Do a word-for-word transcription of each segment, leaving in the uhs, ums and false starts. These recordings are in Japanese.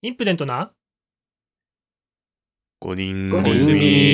インプデントなごにんごにん組。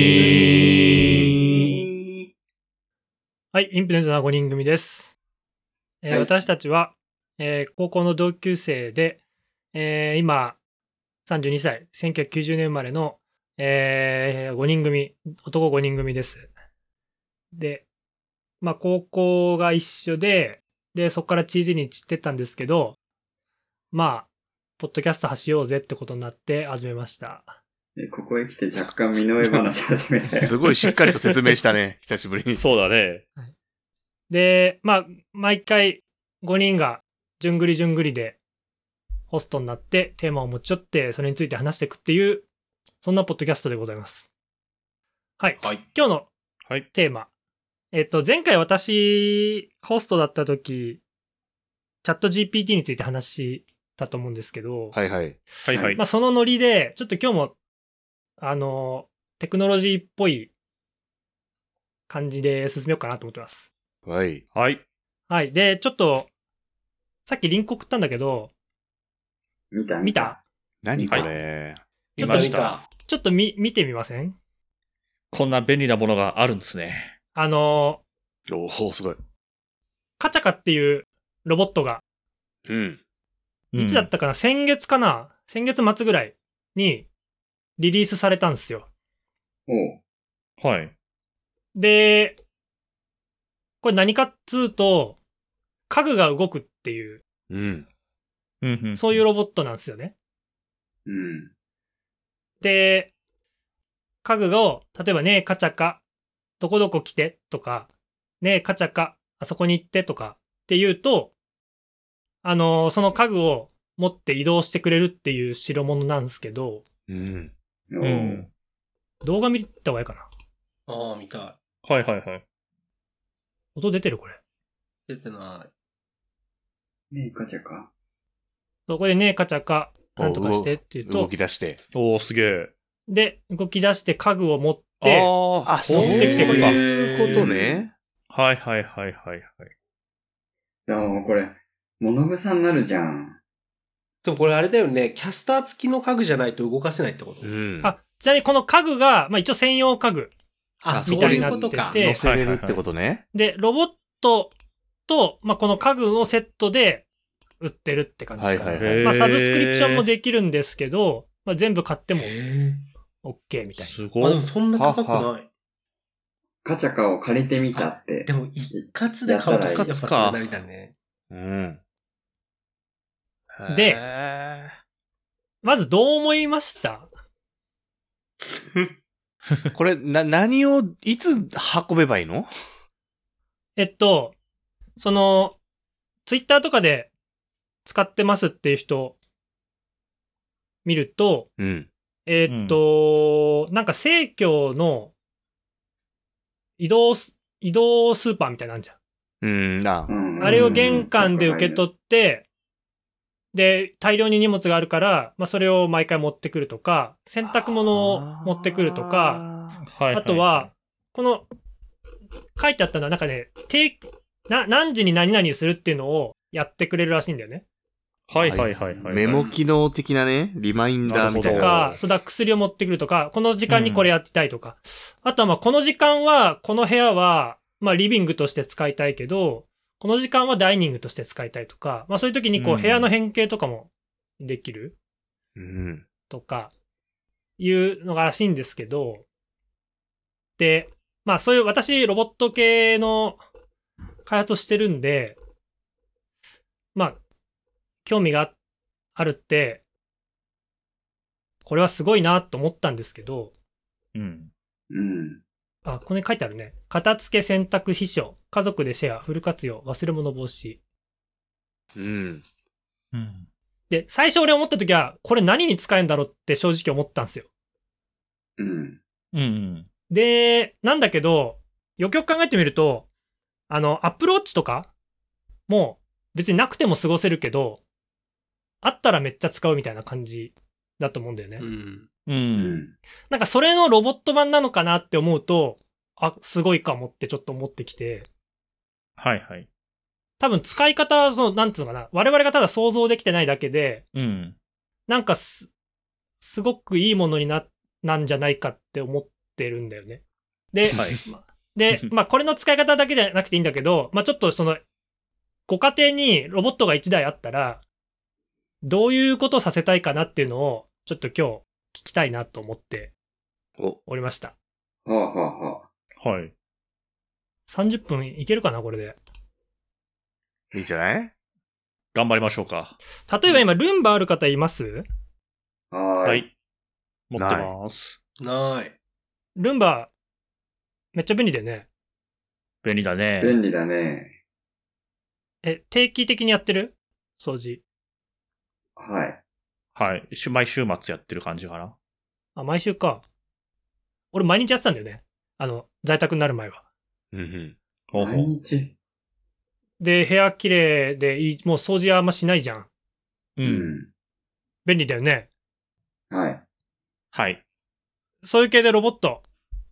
組。 はい、インプデントなごにん組です。えーはい私たちは、えー高校の同級生で、えー今、さんじゅうにさい、せんきゅうひゃくきゅうじゅうねん生まれの、えーごにん組、男ごにん組です。で、まあ、高校が一緒で、で、そこからチーズに散ってったんですけど、まあ、ポッドキャスト発しようぜってことになって始めました。 えここへ来て若干身の上話始めたよ。 すごいしっかりと説明したね。久しぶりに。 そうだね。 で、まあ、毎回ごにんが順繰り順繰りでホストになってテーマを持ち寄ってそれについて話していくっていう、そんなポッドキャストでございます。はい。 はい。 今日のはい。 テーマ。えっと、前回私、ホストだった時、チャット ジーピーティー について話したと思うんですけど、 はいはい。 はいはい。 まあ、そのノリで、ちょっと今日も、あの、テクノロジーっぽい感じで進めようかなと思ってます。 はい。 はい。 はい。で、ちょっと、さっきリンク送ったんだけど、 見た見た何これ。 ちょっと見ました。 ちょっと見、見てみません？ こんな便利なものがあるんですね。 あの、 おお、すごい。 カチャカっていうロボットが、 うん。 いつだったかな、先月かな先月末ぐらいにリリースされたんですよ。 おう。 はい。 で、これ何かっつうと、家具が動くっていう、 うん。 うんうん。 そういうロボットなんですよね。 うん。 で、家具を、例えばねえカチャカ、どこどこ来てとか、ねえカチャカ、あそこに行ってとかって言うと、あのーその家具を持って移動してくれるっていう代物なんですけど、 うん。 おう。 うん。 動画見た方がいいかな。 ああ、見たい。 はいはいはい。 音出てるこれ。 出てなねえ、カチャか。 そこでねえカチャカ、なんとかしてって言う動と、 き出して。 おー、すげえ。 で、動き出して家具を持って、 ああ、そう持ってきてくれたいうことね。 あ。はいはいはいはいはい。 でもこれ、物草になるじゃん。 でもこれあれだよね。キャスター付きの家具じゃないと動かせないってこと、 うん。 あ、ちなみにこの家具が、まあ一応専用家具。 あ、 あそういうみたいになってことか。 て乗せれるってことね。 で、ロボットと、まあこの家具をセットで売ってるって感じかな。 はいはいはいまあサブスクリプションもできるんですけど、まあ全部買ってもへ OK みたいな。 あ、 すごいでも。そんな高くはない。 カチャカを借りてみたって。 でも一括で買うとやっぱそれなりだね。 うん。 でへまずどう思いました？ これ、な、何を、いつ運べばいいの？ えっと、その、ツイッターとかで使ってますっていう人見ると、 うん。 えーっと、なんか生協の移動ス、移動スーパーみたいなのあるじゃん。 うん、なう。んあれを玄関で受け取って、で、大量に荷物があるから、まあ、それを毎回持ってくるとか、洗濯物を持ってくるとか、 ー。はい。 あとは、この、書いてあったのは、なんかね、定な、何時に何々するっていうのをやってくれるらしいんだよね。 はいはいはいはい。 メモ機能的なね、リマインダーみたいな。 とか、そうだ、薬を持ってくるとか、この時間にこれやってたいとか。あとは、まあ、この時間は、この部屋は、まあ、リビングとして使いたいけど、この時間はダイニングとして使いたいとか、まあ、そういう時に、こう、 うん部屋の変形とかもできるうん。 とか、いうのがらしいんですけど、で、まあ、そういう、私、ロボット系の開発をしてるんで、まあ、興味があるって、これはすごいなと思ったんですけど、 うん。 うん。 あ、ここに書いてあるね。片付け洗濯秘書、家族でシェア、フル活用、忘れ物防止。 うん。 うん。 で、最初俺思った時は、これ何に使えるんだろうって正直思ったんですよ。 うん。 うん。 で、なんだけど、よくよく考えてみると、あの、アップルウォッチとかも別になくても過ごせるけど、あったらめっちゃ使うみたいな感じだと思うんだよね。 うん。 う。 うんん。 なんかそれのロボット版なのかなって思うと、あ、すごいかもってちょっと思ってきて、 はいはい。 多分使い方は、その、なんつうのかな、我々がただ想像できてないだけで、 うん。 なんかす、 すごくいいものにな、なんじゃないかって思ってるんだよね。で、 はい。 で、まあこれの使い方だけじゃなくていいんだけど、まあちょっとその、ご家庭にロボットがいちだいあったら、どういうことをさせたいかなっていうのを、ちょっと今日聞きたいなと思ってお、 おりました。 はあはあはあ。 はい。 さんじゅっぷんいけるかなこれで。 いいんじゃない？ 頑張りましょうか。 例えば今、ルンバある方います？ はーい。 はい。持ってます。 ない。 ルンバ、めっちゃ便利だよね。 便利だね。 便利だね。 え、定期的にやってる？掃除。 はい。 はい。週毎週末やってる感じかな。 あ、毎週か。俺毎日やってたんだよね。あの、在宅になる前は。 うんうん。 ほうほう毎日。 で、部屋綺麗でいい、もう掃除はあんましないじゃん。 う。 うんん。 便利だよね。 はい。 はい。 そういう系でロボット。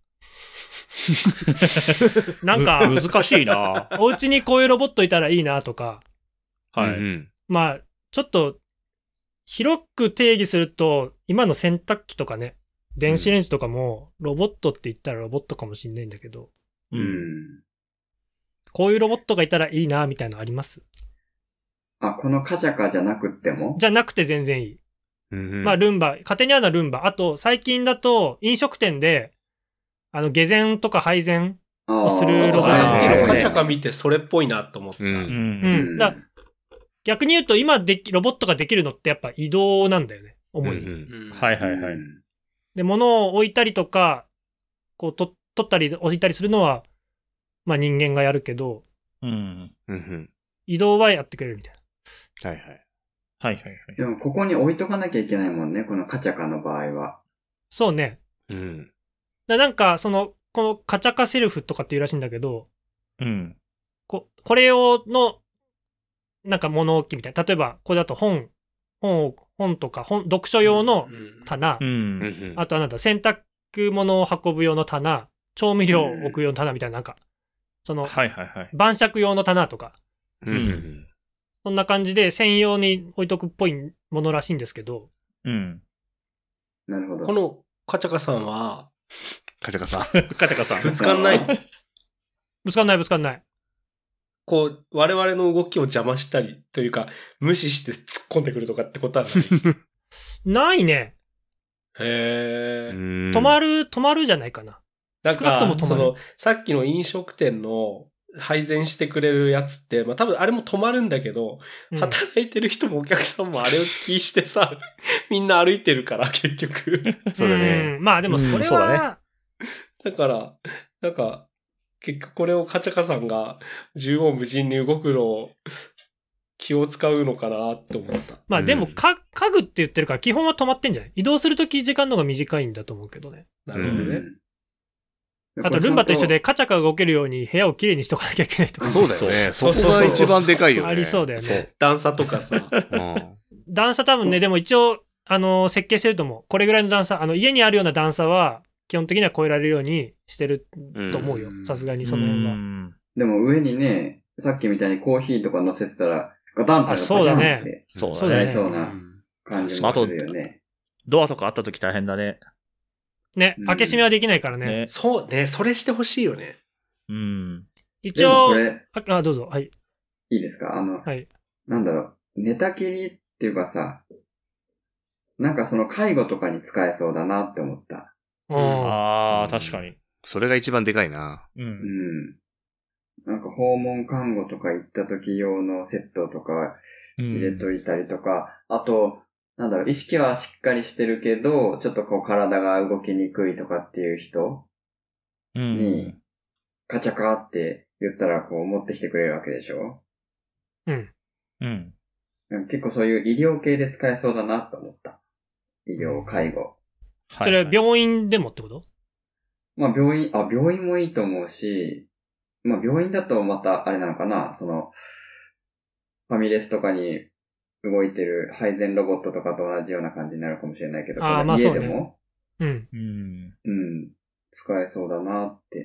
なんか、 む難しいな。 お家にこういうロボットいたらいいなとか、 はい。 うんうんまあ、ちょっと、広く定義すると、今の洗濯機とかね、電子レンジとかも、ロボットって言ったらロボットかもしんないんだけど、 う。ん。 こういうロボットがいたらいいな、みたいなのあります？ あ、このカチャカじゃなくっても？ じゃなくて全然いい。 うんうん。 まあ、ルンバ、家庭にあるのはルンバ。あと、最近だと、飲食店で、あの、下膳とか配膳。 あーするロボットさっきのカチャはカ見てそれっぽいなと思った。 うんう。 うんん。だ逆に言うと、今でき、ロボットができるのってやっぱ移動なんだよね。主に。 うんうんうんはいはいはい。 うんで、物を置いたりとか、こう、と、取ったり置いたりするのは、まあ人間がやるけど、 うん。 うんうん。 移動はやってくれるみたいな。 はいはい。 はいはいはい。 でも、ここに置いとかなきゃいけないもんね、このカチャカの場合は。 そうね。 うん。 だなんか、その、このカチャカセルフとかっていうらしいんだけど、 うん。 ここれ用の、なんか物置みたいな。例えば、これだと本、本を、本とか、本、読書用のうん棚、 うん。 うんうん。 あとはなんだ、洗濯物を運ぶ用の棚、調味料を置く用の棚みたいな、なんか、その、 はいはいはい。 晩酌用の棚とか、 うんうん。 そんな感じで専用に置いとくっぽいものらしいんですけど、 うん。 なるほど。 このカチャカさんは、 カチャカさん。 カチャカさん。 ぶつかんないのぶつかんないぶつかんない。 こう、我々の動きを邪魔したりというか、無視して突っ込んでくるとかってことはない。 ないね。 へー。 止まる。 る、止まるじゃないかな。 なん少なくともか、 止まるその、さっきの飲食店の配膳してくれるやつって、まあ多分あれも止まるんだけど、 うん働いてる人もお客さんもあれを気してさ、みんな歩いてるから、結局。 そうだね。 んまあでもそれうんそうだは、 だから、なんか、結局これをカチャカさんが縦横無尽に動くのを気を使うのかなって思った。 まあでもうんか、家具って言ってるから基本は止まってんじゃない？移動するとき時間の方が短いんだと思うけどね。 なるほどね。 うんあとルンバと一緒でカチャカが動けるように部屋をきれいにしとかなきゃいけないとか。 そうだよね。 そそうこが一番でかいよね。 ありそうだよね。 段差とかさ。 うん。 段差多分ね、でも一応、あの、設計してると思う。これぐらいの段差、あの、家にあるような段差は、基本的には超えられるようにしてると思うよう。んさすがにその辺は。 うんでも上にね、さっきみたいにコーヒーとか乗せてたら、ガタンとあそうだねバチャンってそうそうだねなりそうな感じもするよね。 ドアとかあった時大変だね。 ねう、ん開け閉めはできないからね。 ね。 そうね、それしてほしいよね。 うん。 一でも応こ、れ、 あ、あどうぞ。はい。 いいですかあの、 はい。 なんだろう、寝たきりっていうかさ、なんかその介護とかに使えそうだなって思った。 うんああ、確かに。 それが一番でかいな。 う。 うんん。なんか訪問看護とか行った時用のセットとか入れといたりとか、あと、なんだろう、意識はしっかりしてるけど、ちょっとこう体が動きにくいとかっていう人うん。 に、カチャカって言ったらこう持ってきてくれるわけでしょ？ うん。 うん。 結構そういう医療系で使えそうだなと思った。医療、介護。 はいそれは病院でもってこと？ まあ病院、あ、病院もいいと思うし、まあ病院だとまたあれなのかな、その、ファミレスとかに動いてる配膳ロボットとかと同じような感じになるかもしれないけど、 あーこのまあそうね家でも、 うん。 うん。 うん、使えそうだなって。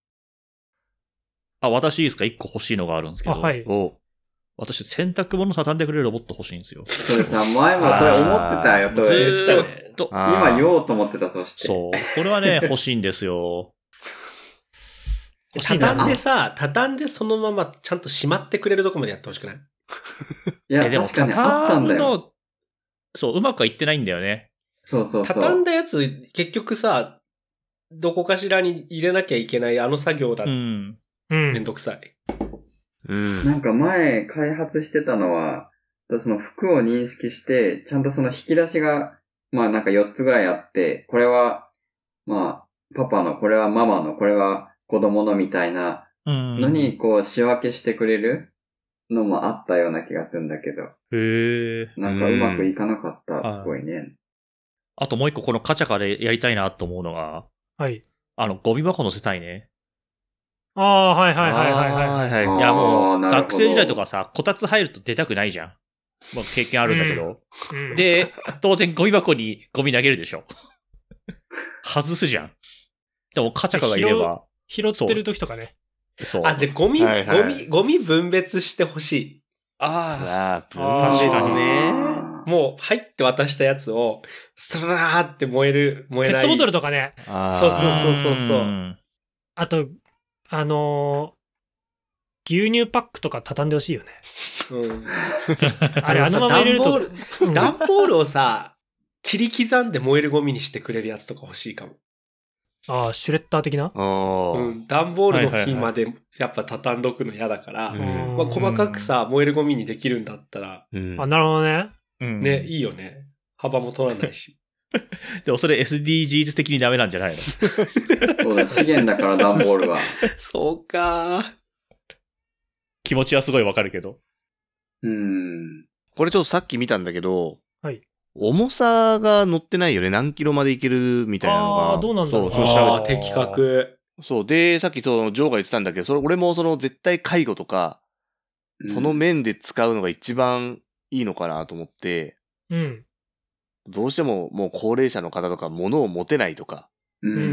あ、私いいですか？一個欲しいのがあるんですけあ、 ど。 はい。 お私、洗濯物畳んでくれるロボット欲しいんですよ。 それさ、前もそれ思ってたよ、 あーそれ。 ずーっとね。 と、 今言おうと思ってた、そして。 そう。これはね、欲しいんですよ。 畳んでさ、畳んでそのままちゃんとしまってくれるとこまでやってほしくない？ いや、でも確かにあったんだよ。 そう、うまくはいってないんだよね。 そうそうそう。 畳んだやつ、結局さ、どこかしらに入れなきゃいけないあの作業だ。うん。めんどくさい。 うん。なんか前開発してたのは、その服を認識して、ちゃんとその引き出しが、まあなんかよっつぐらいあって、これは、まあ、パパの、これはママの、これは子供のみたいなのに、こう仕分けしてくれるのもあったような気がするんだけど。 へえ。 なんかうまくいかなかったっぽいね。 あともう一個このカチャカでやりたいなと思うのが、 はい。 あの、ゴミ箱乗せたいね。 ああ、はいはいはいはいはい。はいいやもう、学生時代とかさ、こたつ入ると出たくないじゃん。まあ経験あるんだけど。うんうん、で、当然ゴミ箱にゴミ投げるでしょ。外すじゃん。でもカチャカがいれば。 拾ってる時とかね。 そう。 あ、じゃあゴミ、はいはい、ゴミ、ゴミ分別してほしい。 ああ、分別ね。 もう入って渡したやつを、スラーって燃える、燃えない。 ペットボトルとかね。 そうそうそうそうそう。 あと、あのー、牛乳パックとか畳んでほしいよね。うん。あれ、あのまま入れると。 段ボールをさ、切り刻んで燃えるゴミにしてくれるやつとか欲しいかも。 ああ、シュレッダー的なうん。段ボールの日までやっぱ畳んどくの嫌だから、まあ、細かくさ、燃えるゴミにできるんだったら。 うん、あ、なるほどね。 ね、いいよね。幅も取らないし。 でもそれ エスディージーズ 的にダメなんじゃないの？ そうだ、資源だから段ボールは。 そうか。 気持ちはすごいわかるけど。 うん。 これちょっとさっき見たんだけど、 はい。 重さが乗ってないよね。何キロまでいけるみたいなのが。 ああ、どうなんだろう。 そう、そうああ、的確。 そう。で、さっきその、ジョーが言ってたんだけど、それ、俺もその、絶対介護とか、その面で使うのが一番いいのかなと思って、 うん。 どうしてももう高齢者の方とか物を持てないとか。 うんうんうん。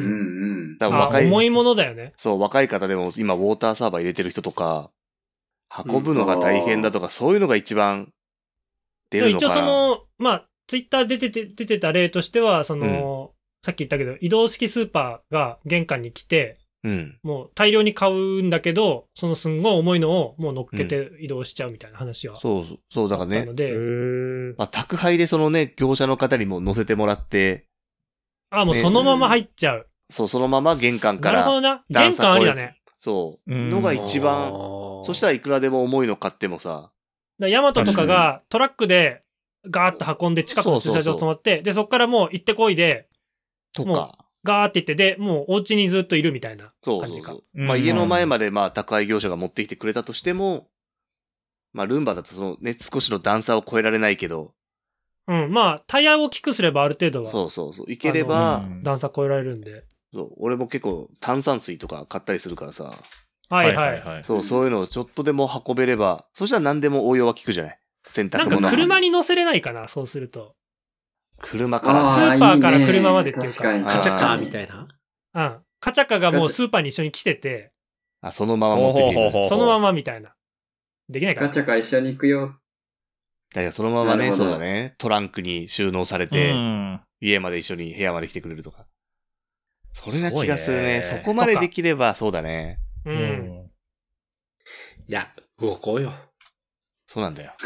多分若い。 重いものだよね。 そう、若い方でも今ウォーターサーバー入れてる人とか、運ぶのが大変だとか、うん、そういうのが一番出るのかな。 一応その、まあ、ツイッター出てて、出てた例としては、その、うん、さっき言ったけど、移動式スーパーが玄関に来て、 うん、もう大量に買うんだけど、そのすんごい重いのをもう乗っけて移動しちゃうみたいな話は、うん。 そう、そう、だからね。 ので、 まあ、宅配でそのね、業者の方にも乗せてもらって。 ああ、もうそのまま入っちゃう。ね、 そう、そのまま玄関から。 なるほどな。玄関ありだね。 そう。のが一番、そしたらいくらでも重いの買ってもさ。 だヤマトとかがトラックでガーッと運んで近くの駐車場止まって、そうそうそうで、そっからもう行ってこいで、 とか。 ガーって言って、で、もうお家にずっといるみたいな感じか。 そうそうそう。まあ家の前までまあ宅配業者が持ってきてくれたとしても、まあルンバだとそのね、少しの段差を超えられないけど。 うん、まあタイヤを大きくすればある程度は。 そうそうそう。いければ。 段差超えられるんで。 そう。俺も結構炭酸水とか買ったりするからさ。 はいはいはい。 そう、そういうのをちょっとでも運べれば、そしたら何でも応用は効くじゃない。洗濯物。 なんか車に乗せれないかな、そうすると。 車から。 スーパーから車までっていうか。 いいね、カチャカーみたいな。 うん。カチャカがもうスーパーに一緒に来てて。 あ、そのまま持ってきてる。 そのままみたいな。できないかな。 カチャカ一緒に行くよ。 だからそのままね、そうだね。トランクに収納されて、うん、家まで一緒に部屋まで来てくれるとか。それな気がするね。そこまでできればそうだね。 うん。うん、 いや、動こうよ。 そうなんだよ。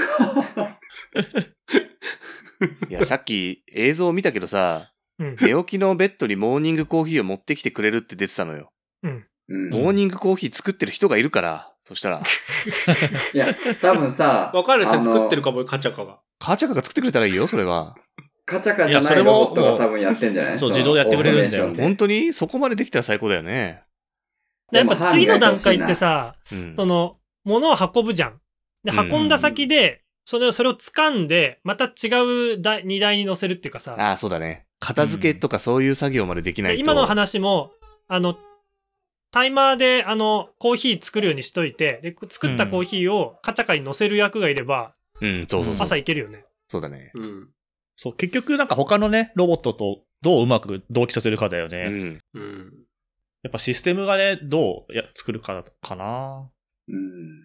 いや、さっき映像を見たけどさ、うん、寝起きのベッドにモーニングコーヒーを持ってきてくれるって出てたのよ。 うん。 モーニングコーヒー作ってる人がいるから、そしたら。 いや、多分さ。 わかる人作ってるかもよ、カチャカが。 カチャカが作ってくれたらいいよ、それは。 カチャカじゃないロボットが多分やってんじゃないそう、自動でやってくれるんだよ。 本当にそこまでできたら最高だよね。 やっぱ次の段階ってさ、うん、その、物を運ぶじゃん。で、運んだ先で、それを、それを掴んで、また違う台荷台に乗せるっていうかさ。 ああ、そうだね。片付けとかそういう作業までできないと。 うん、今の話も、あの、タイマーで、あの、コーヒー作るようにしといて、で、作ったコーヒーをカチャカに乗せる役がいれば、 うん、そうそうそう。 朝いけるよね。 そうだね。 うん。 そう、結局なんか他のね、ロボットとどううまく同期させるかだよね。 うん。 うん。 やっぱシステムがね、どうや作るかかな。 うん。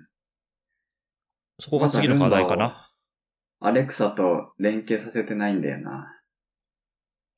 そこが次の課題かな。 アレクサと連携させてないんだよな。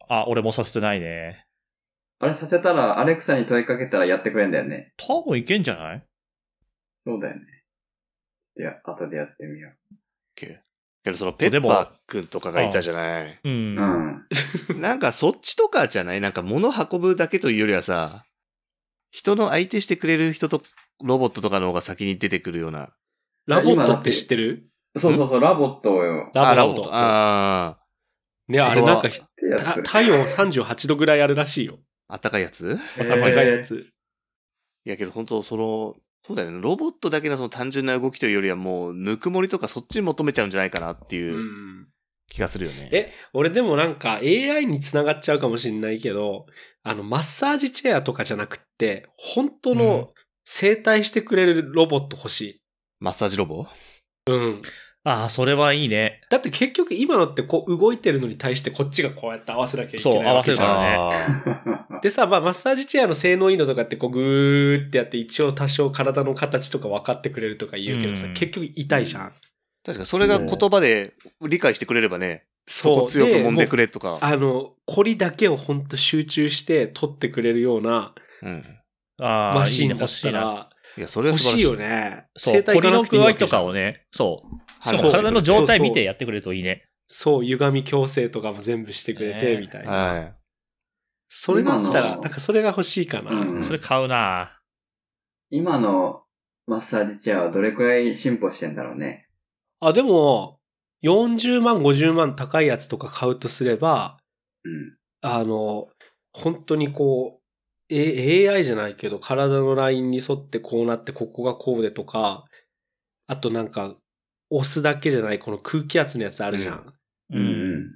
あ、俺もさせてないね。 あれさせたら、アレクサに問いかけたらやってくれんだよね。 多分いけんじゃない？ そうだよね。いや、後でやってみよう。 けどそのペッパーくんとかがいたじゃない。 うん。 うん。 なんかそっちとかじゃない？なんか物運ぶだけというよりはさ、人の相手してくれる人とロボットとかの方が先に出てくるような。 ラボットって知ってる？ そうそうそう、ラボットよ。 ラボット。 ああ。 ね、あれなんか、体温さんじゅうはちどぐらいあるらしいよ。 あったかいやつ？ あったかいやつ。 いやけど本当その、そうだよね。ロボットだけのその単純な動きというよりはもう、ぬくもりとかそっちに求めちゃうんじゃないかなっていう気がするよね。 うん、え、俺でもなんか エーアイ に繋がっちゃうかもしれないけど、あの、マッサージチェアとかじゃなくって、本当の整体してくれるロボット欲しい。 マッサージロボ？ うん。 ああ、それはいいね。 だって結局今のってこう動いてるのに対してこっちがこうやって合わせなきゃいけないわけじゃん。 そう、合わせるからね。でさ、まあマッサージチェアの性能いいのとかってこうグーってやって一応多少体の形とか分かってくれるとか言うけどさ、うん、結局痛いじゃん。 確かそれが言葉で理解してくれればね、そこ強く揉んでくれとか。 あの、凝りだけをほんと集中して取ってくれるようなマシンだったら、 いや、それは欲しいよね。 そう、凝りの具合とかをね、そう。そう体の状態見てやってくれるといいね。 そう、歪み矯正とかも全部してくれて、みたいな。 はい。 それだったら、なんかそれが欲しいかな。 うん、それ買うな。 今のマッサージチェアはどれくらい進歩してんだろうね。 あ、でも、よんじゅうまん、ごじゅうまん高いやつとか買うとすれば、 うん、 あの、本当にこう、エーアイ じゃないけど、体のラインに沿ってこうなって、ここがこうでとか、あとなんか、押すだけじゃないこの空気圧のやつあるじゃん。 うん。うん、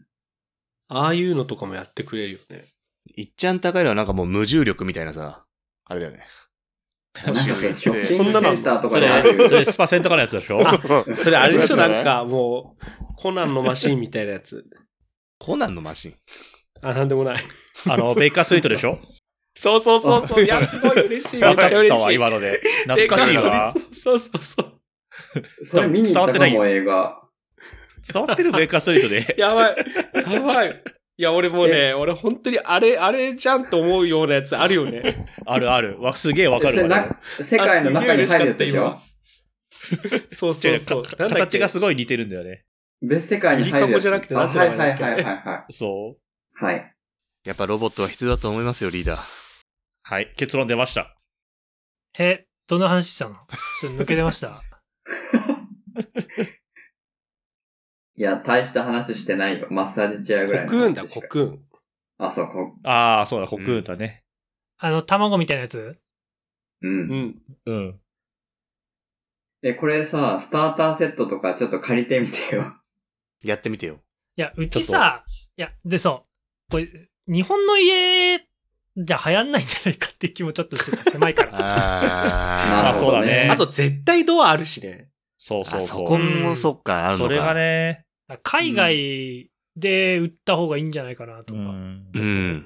ああいうのとかもやってくれるよね。 いっちゃん高いのはなんかもう無重力みたいなさ、あれだよね。 なんかショッピングセンターとかである。 それスパセンとかのやつでしょ？ それあれでしょなんかもう、コナンのマシンみたいなやつ。 コナンのマシン？ あ、なんでもない。 あの、ベイカーストリートでしょ？ そうそうそうそう。いや、すごい嬉しい。めっちゃ嬉しい。 今ので。懐かしいわ。 そうそうそう。 それ見に行ったかも、映画。 伝わってるベイカーストリートで。 やばい。やばい。いや、俺もうね、俺本当にあれ、あれじゃんと思うようなやつあるよね。 あるある。わ、すげえわかるわ。 世界の中に入るやつでしょ？ そうそうそう。 形がすごい似てるんだよね。 別世界に入るやつ。 リカゴじゃなくてなんていうの？ はいはいはいはい。 そう。 はい。 やっぱロボットは必要だと思いますよ、リーダー。 はい、結論出ました。 え、どの話したの？ちょっと抜け出ました。 いや、大した話してないよ。マッサージチェアぐらいの。 コクーンだ、コクーン。 あ、そう、コああ、そうだ、コクーンだね。 あの、卵みたいなやつ？ うん。 うん。 うん。 え、これさ、スターターセットとかちょっと借りてみてよ。 やってみてよ。 いや、うちさ、いや、でそう、これ、日本の家じゃ流行んないんじゃないかっていう気もちょっとしてた。狭いから。 ああ、そうだね。 あと絶対ドアあるしね。 そうそうそう。 そこもそっか、あるのか。 それがね。 海外で売った方がいいんじゃないかなとか。うん。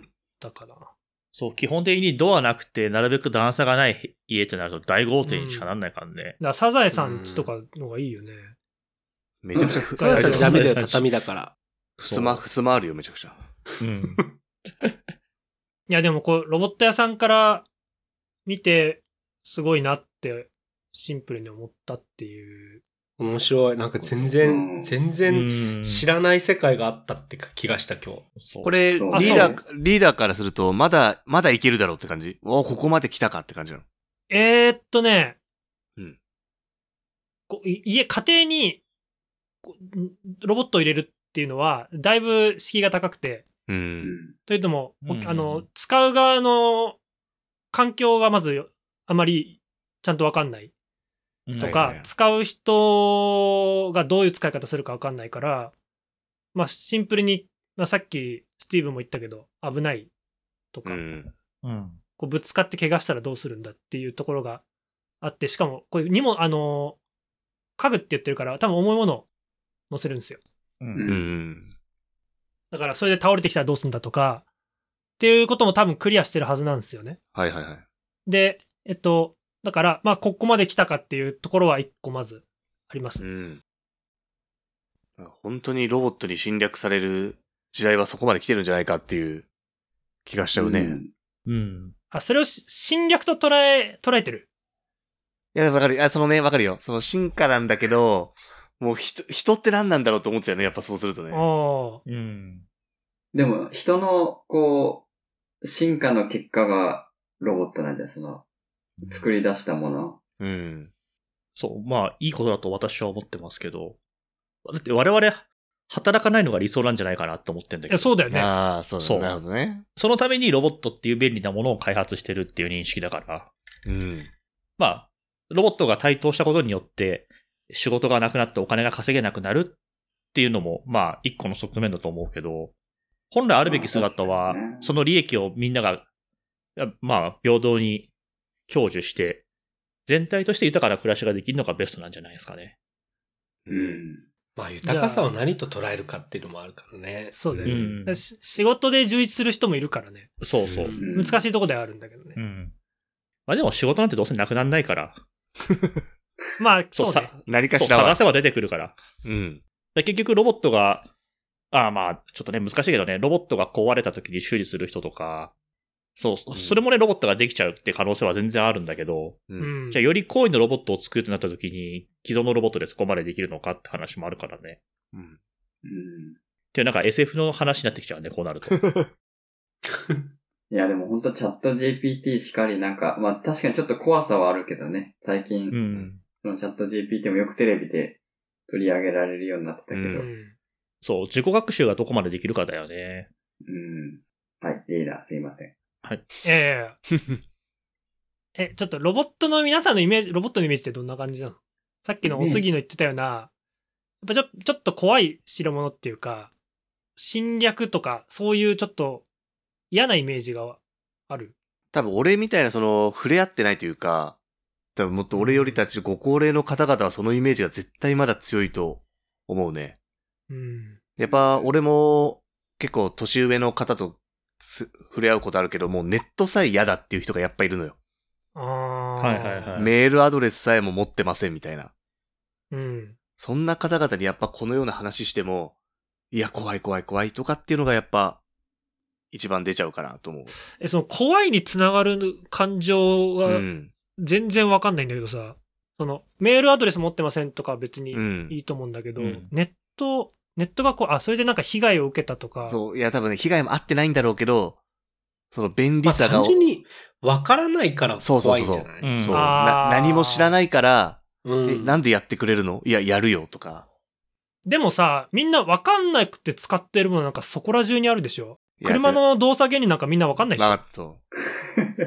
だから。 そう、基本的にドアなくて、なるべく段差がない家ってなると大豪邸にしかなんないからね。 だからサザエさん家とかのがいいよね。 めちゃくちゃ深い。サザエさんダメだよ、畳だから。 ふすま、ふすまあるよ、めちゃくちゃ。 うん。 いや、でもこう、ロボット屋さんから見て、すごいなって、シンプルに思ったっていう。 面白い。なんか全然、全然知らない世界があったって気がした今日。 これ、リーダー、リーダーからすると、まだ、まだいけるだろうって感じ？おここまで来たかって感じなの？ えーっとね、 うん。 こ家、家庭に、ロボットを入れるっていうのは、だいぶ敷居が高くて、 うん。 というのも、うん、あの、使う側の環境がまず、あまりちゃんとわかんない。とか、はいはいはい、使う人がどういう使い方するか分かんないから、まあシンプルに、まあ、さっきスティーブも言ったけど危ないとか、 うんうん、 こうぶつかって怪我したらどうするんだっていうところがあって、しかもこれにもあの家具って言ってるから多分重いものを乗せるんですよ、 うん、 だからそれで倒れてきたらどうするんだとかっていうことも多分クリアしてるはずなんですよね。 はいはいはい。 でえっとだから、まあ、ここまで来たかっていうところは一個まずあります。 うん。本当にロボットに侵略される時代はそこまで来てるんじゃないかっていう気がしちゃうね。うん。 うん、 あ、それを侵略と捉え、捉えてる。 いや、わかる。あ、そのね、わかるよ。その進化なんだけど、もう人、人って何なんだろうと思っちゃうね。やっぱそうするとね。 ああ。 うん。 でも、人の、こう、進化の結果がロボットなんじゃ、その、作り出したもの。 うん。 そう、まあ、いいことだと私は思ってますけど。だって我々、働かないのが理想なんじゃないかなと思ってんだけど。いや、そうだよね。 ああ、そうだ、ね、なるほどね。 そのためにロボットっていう便利なものを開発してるっていう認識だから。 うん。 まあ、ロボットが台頭したことによって、仕事がなくなってお金が稼げなくなるっていうのも、まあ、一個の側面だと思うけど、本来あるべき姿は、その利益をみんなが、まあ、平等に享受して、全体として豊かな暮らしができるのがベストなんじゃないですかね。 うん。 まあ、豊かさを何と捉えるかっていうのもあるからね。 そうだよね、うん。仕事で充実する人もいるからね。 そうそう。 難しいとこではあるんだけどね。 うん。まあでも仕事なんてどうせなくならないから。 まあ、そうね。 何かしらは。 探せば出てくるから。 うん。 結局ロボットが、ああまあ、ちょっとね、難しいけどね、ロボットが壊れた時に修理する人とか、そう、うん、それもね、ロボットができちゃうって可能性は全然あるんだけど、 うん、 じゃあより高位のロボットを作るとなった時に、既存のロボットでそこまでできるのかって話もあるからね。 うん。 うん。 っていうなんか エスエフ の話になってきちゃうね、こうなると。 いや、でもほんとチャット ジーピーティー しかりなんか、まあ確かにちょっと怖さはあるけどね。最近、 うん、 そのチャット ジーピーティー もよくテレビで取り上げられるようになってたけど。うん、 そう、自己学習がどこまでできるかだよね。 うん。はい、リーダーすいません。 はい。 えええ、ちょっとロボットの皆さんのイメージ、ロボットのイメージってどんな感じなの？さっきのおすぎの言ってたような、やっぱちょ、ちょっと怖い代物っていうか、侵略とか、そういうちょっと嫌なイメージがある。 多分俺みたいなその、触れ合ってないというか、多分もっと俺よりたちご高齢の方々はそのイメージが絶対まだ強いと思うね。 うん。 やっぱ俺も結構年上の方と触れ合うことあるけど、もうネットさえ嫌だっていう人がやっぱいるのよ。 ああ。 はいはいはい。 メールアドレスさえも持ってませんみたいな。 うん。 そんな方々にやっぱこのような話しても、いや怖い怖い怖いとかっていうのがやっぱ一番出ちゃうかなと思う。 え、その怖いにつながる感情は全然わかんないんだけどさ、うん、そのメールアドレス持ってませんとか別にいいと思うんだけど、うん、ネット、ネットがこう、あ、それでなんか被害を受けたとか。 そう、いや多分ね、被害もあってないんだろうけど、その便利さが。まあ、 単純にわからないから怖いんじゃない？そうそうそう。 うん、そうな。何も知らないから、 うん、 え、なんでやってくれるの？いや、やるよとか。 でもさ、みんなわかんなくて使ってるものなんかそこら中にあるでしょ？車の動作原理なんかみんなわかんないでしょ？ まあ、そう。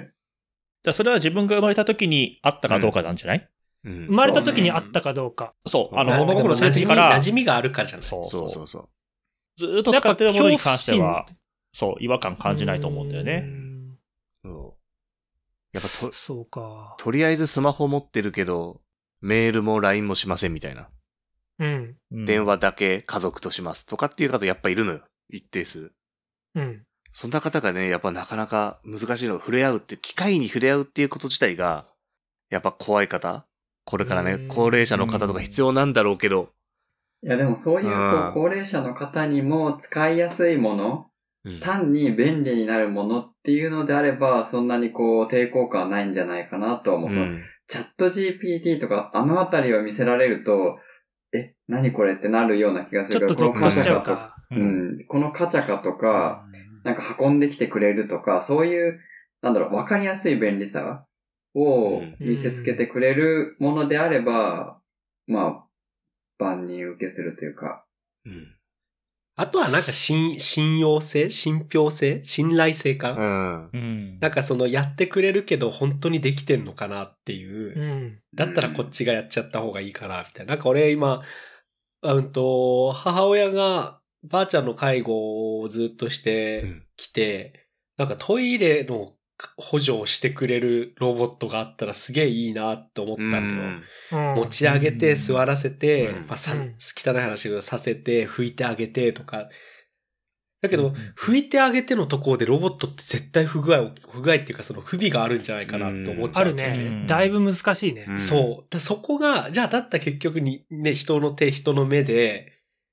じゃそれは自分が生まれた時にあったかどうかなんじゃない？ うん、生まれた時にあったかどうか。 そう。あの、物心ついてから。 馴染みがあるかじゃない。 そうそうそうそう。 ずーっと使ってるものに関しては、そう、違和感感じないと思うんだよね。 そう。やっぱと、 そうか。 とりあえずスマホ持ってるけど、メールも ライン もしませんみたいな。 うん。 電話だけ家族としますとかっていう方やっぱいるのよ。一定数。 うん。 そんな方がね、やっぱなかなか難しいのが触れ合うって、機械に触れ合うっていうこと自体が、やっぱ怖い方これからね、高齢者の方とか必要なんだろうけど。 いやでもそういうこう高齢者の方にも使いやすいもの、うん、単に便利になるものっていうのであれば、そんなにこう抵抗感はないんじゃないかなと思う。うん、そのチャット ジーピーティー とかあのあたりを見せられると、え、何これってなるような気がするけど、 ちょっとゾッとしちゃうか。 うん。このカチャカとか、なんか運んできてくれるとか、そういう、なんだろう、わかりやすい便利さを見せつけてくれるものであれば、うん、まあ、万人受けするというか。 うん、 あとはなんか信、信用性信憑性信頼性か、 うん、 なんかそのやってくれるけど本当にできてんのかなっていう。 うん、 だったらこっちがやっちゃった方がいいかな、みたいな。なんか俺今、うんと、母親がばあちゃんの介護をずっとしてきて、うん、なんかトイレの補助をしてくれるロボットがあったらすげえいいなって思ったんだよ。うん、持ち上げて座らせて、うんまあ、さ汚い話をさせて拭いてあげてとか。だけど、うん、拭いてあげてのところでロボットって絶対不具合を、不具合っていうかその不備があるんじゃないかなって思っちゃう、 うん。あるね。だいぶ難しいね。 うん、そう。だそこが、じゃあだったら結局にね、人の手、人の目で、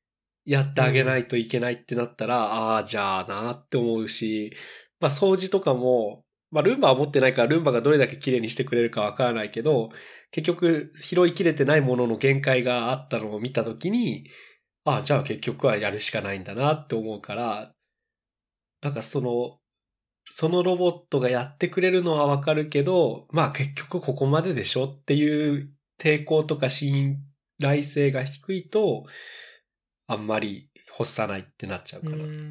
やってあげないといけないってなったら、うん、ああ、じゃあなって思うし、まあ掃除とかも、まあルンバは持ってないからルンバがどれだけ綺麗にしてくれるかわからないけど、結局拾いきれてないものの限界があったのを見たときに、ああ、じゃあ結局はやるしかないんだなって思うから、なんかその、そのロボットがやってくれるのはわかるけど、まあ結局ここまででしょっていう抵抗とか信頼性が低いと、あんまり欲さないってなっちゃうから。うーん。うん。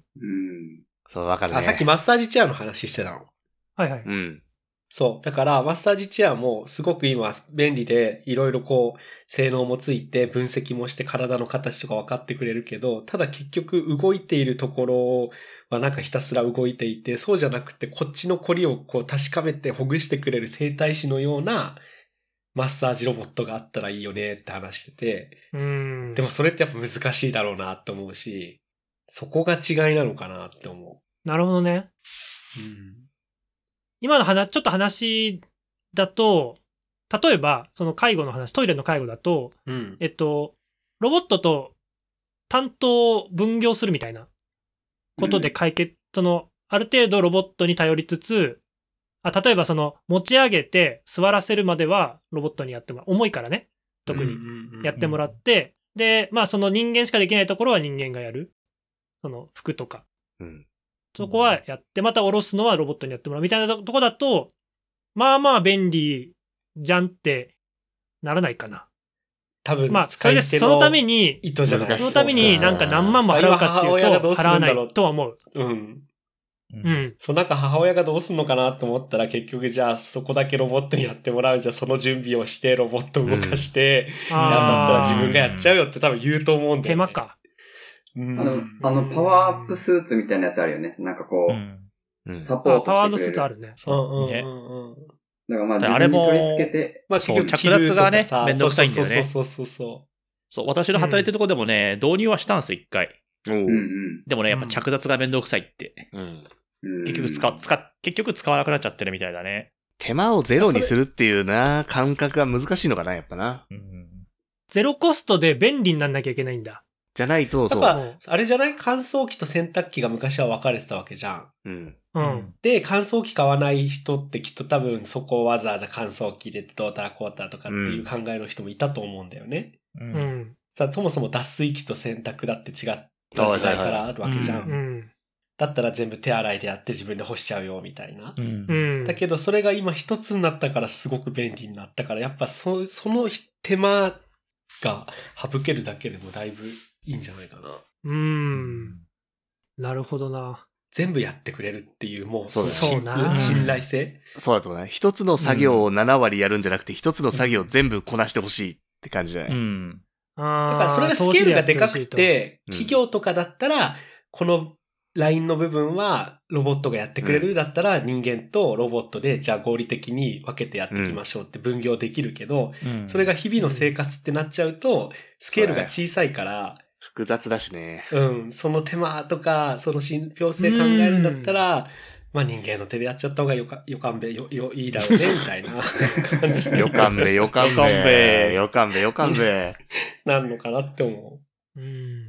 そう、わかるね。 あ、さっきマッサージチェアの話してたの。 はいはい。 うん。 そう。だから、マッサージチェアもすごく今便利で、いろいろこう、性能もついて、分析もして体の形とか分かってくれるけど、ただ結局動いているところはなんかひたすら動いていて、そうじゃなくて、こっちのコリをこう確かめてほぐしてくれる整体師のようなマッサージロボットがあったらいいよねって話してて、 うーん。 でもそれってやっぱ難しいだろうなって思うし、そこが違いなのかなって思う。なるほどね。うん。今の話、ちょっと話だと、例えば、その介護の話、トイレの介護だと、うん、えっと、ロボットと担当を分業するみたいなことで解決、うん、その、ある程度ロボットに頼りつつ、あ、例えばその、持ち上げて座らせるまではロボットにやってもらう。重いからね。特にやってもらって、で、まあその人間しかできないところは人間がやる。その服とか。うん、そこはやって、また下ろすのはロボットにやってもらうみたいなとこだと、まあまあ便利じゃんってならないかな。 多分、 まあ、それでそのために、 意図じゃない。 そのためになんか何万も払うかっていうと、払わないとは思う。 うん。うん。そう、なんか母親がどうすんのかなと思ったら、結局じゃあそこだけロボットにやってもらう。じゃあその準備をしてロボット動かして、うん、なんだったら自分がやっちゃうよって多分言うと思うんだよね。 手間か。 うん、あの、あの、パワーアップスーツみたいなやつあるよね。なんかこう、うん、サポートしてくれる。 パワーアップスーツあるね。 そう。ね。うんうん。 だからまあ自分に取り付けて。 まあ結局着脱がね、めんどくさいんだよね。 そうそうそうそう。 そう、私の働いてるとこでもね、導入はしたんですよ、一回。 うんうん。 でもね、やっぱ着脱がめんどくさいって。うん。結局使、使、結局使わなくなっちゃってるみたいだね。 手間をゼロにするっていうな、感覚が難しいのかな、やっぱな。うん、 ゼロコストで便利にならなきゃいけないんだ。 じゃないと、そう。 やっぱ、あれじゃない？乾燥機と洗濯機が昔は分かれてたわけじゃん。うん。うん。で、乾燥機買わない人ってきっと多分そこをわざわざ乾燥機でどうたらこうたらとかっていう考えの人もいたと思うんだよね。うん。うん、さあ、そもそも脱水機と洗濯だって違った時代からあるわけじゃん。うん。だったら全部手洗いでやって自分で干しちゃうよみたいな。うん。だけどそれが今一つになったからすごく便利になったから、やっぱそ、その手間が省けるだけでもだいぶいいんじゃないかな。 うーん。なるほどな。 全部やってくれるっていう、もう、 そうそうな。 信頼性、 そうだとね。一つの作業をなな割やるんじゃなくて、一つの作業を全部こなしてほしいって感じじゃない。うん。 だからそれがスケールがでかくて、企業とかだったら、このラインの部分はロボットがやってくれる、うん、だったら人間とロボットでじゃあ合理的に分けてやっていきましょうって分業できるけど、うん、それが日々の生活ってなっちゃうと、スケールが小さいから、 複雑だしね。 うん。その手間とか、その信憑性考えるんだったら、まあ人間の手でやっちゃった方がよか、よかんべ、よ、よ、いいだろうね、みたいな感じ。 よかんべ、よかんべ。よかんべ、よかんべ。 なんのかなって思う。うん。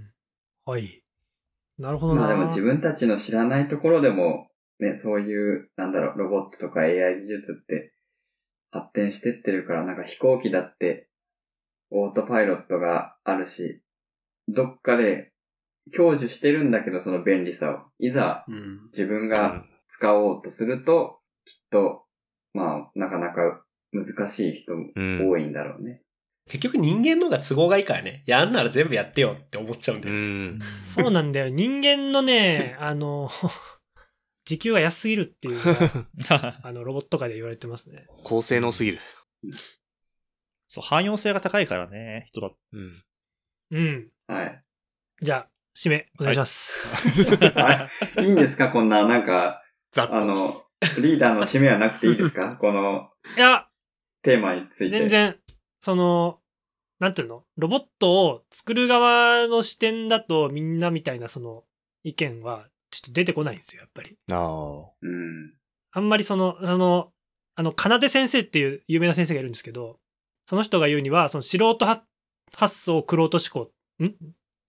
はい。なるほどな。 まあでも自分たちの知らないところでも、ね、そういう、なんだろう、ロボットとか エーアイ 技術って発展してってるから、なんか飛行機だってオートパイロットがあるし、どっかで享受してるんだけど、その便利さを。いざ自分が使おうとすると、きっと、まあ、なかなか難しい人も多いんだろうね。うん結局人間の方が都合がいいからね。やんなら全部やってよって思っちゃうんだよ。うん、 そうなんだよ。人間のね、あの、時給が安すぎるっていうのが、あの、ロボット界で言われてますね。 高性能すぎる。 そう、汎用性が高いからね、人だ。 うん。うん。 はい。 じゃあ、締め、お願いします。 はい、いいんですかこんな、なんか、あの、リーダーの締めはなくていいですかこの、 いや、 テーマについて。 全然、その、なんていうのロボットを作る側の視点だとみんなみたいなその意見はちょっと出てこないんですよ、やっぱり。 ああ。 うん。 あんまりその、その、あの、かなで先生っていう有名な先生がいるんですけど、その人が言うには、その素人発想、玄人思考、ん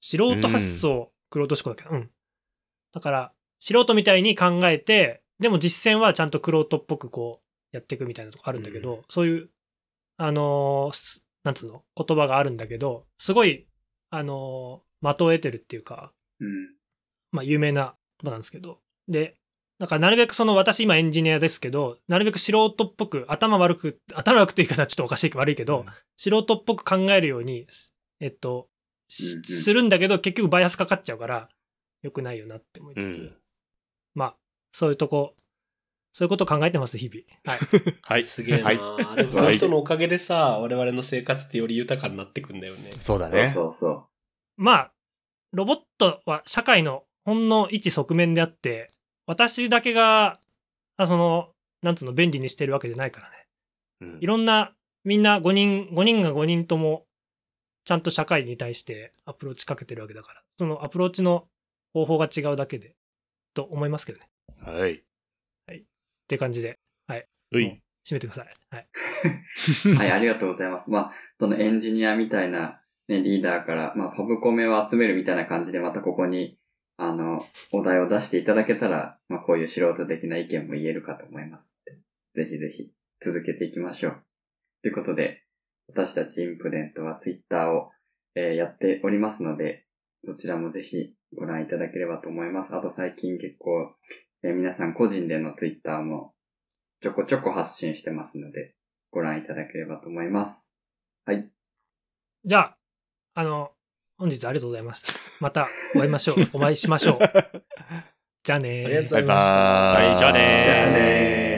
素人発想、玄人思考だけど、うん。だから、素人みたいに考えて、でも実践はちゃんと玄人っぽくこう、やっていくみたいなとこあるんだけど、うん、そういう、あのー、なんつうの、言葉があるんだけど、すごい、あのー、的を得てるっていうか、 うん、 まあ、有名な言葉なんですけど、で、だからなるべくその、私今エンジニアですけど、なるべく素人っぽく、頭悪く、頭悪くって言い方はちょっとおかしい悪いけど、うん、素人っぽく考えるように、えっと、うんうん、するんだけど、結局バイアスかかっちゃうから、良くないよなって思いつつ、うん、まあ、そういうとこ、そういうことを考えてます、日々。はい。 はい、すげえな、はい、でもその人のおかげでさ、我々の生活ってより豊かになってくんだよね。 そうだね。 そうそうそう。 まあ、ロボットは社会のほんの一側面であって、私だけが、その、なんつうの、便利にしてるわけじゃないからね。うん、いろんな、みんなごにん、ごにんがごにんとも、ちゃんと社会に対してアプローチかけてるわけだから、そのアプローチの方法が違うだけで、と思いますけどね。 はい。 はい。って感じで、はい。 うい。 締めてください。はい。 はい、ありがとうございます。まあ、そのエンジニアみたいな、ね、リーダーから、まあ、パブコメを集めるみたいな感じで、またここに、あの、お題を出していただけたら、まあ、こういう素人的な意見も言えるかと思いますので、ぜひぜひ続けていきましょう。ということで、私たちインプデントはツイッターを、えー、やっておりますので、どちらもぜひご覧いただければと思います。あと最近結構、えー、皆さん個人でのツイッターもちょこちょこ発信してますので、ご覧いただければと思います。はい。 じゃあ、あの、本日ありがとうございました。またお会いしましょう。お会いしましょう。じゃあねー。 ありがとうございました。 バイバーイ。 はい、じゃあねー。 じゃあねー。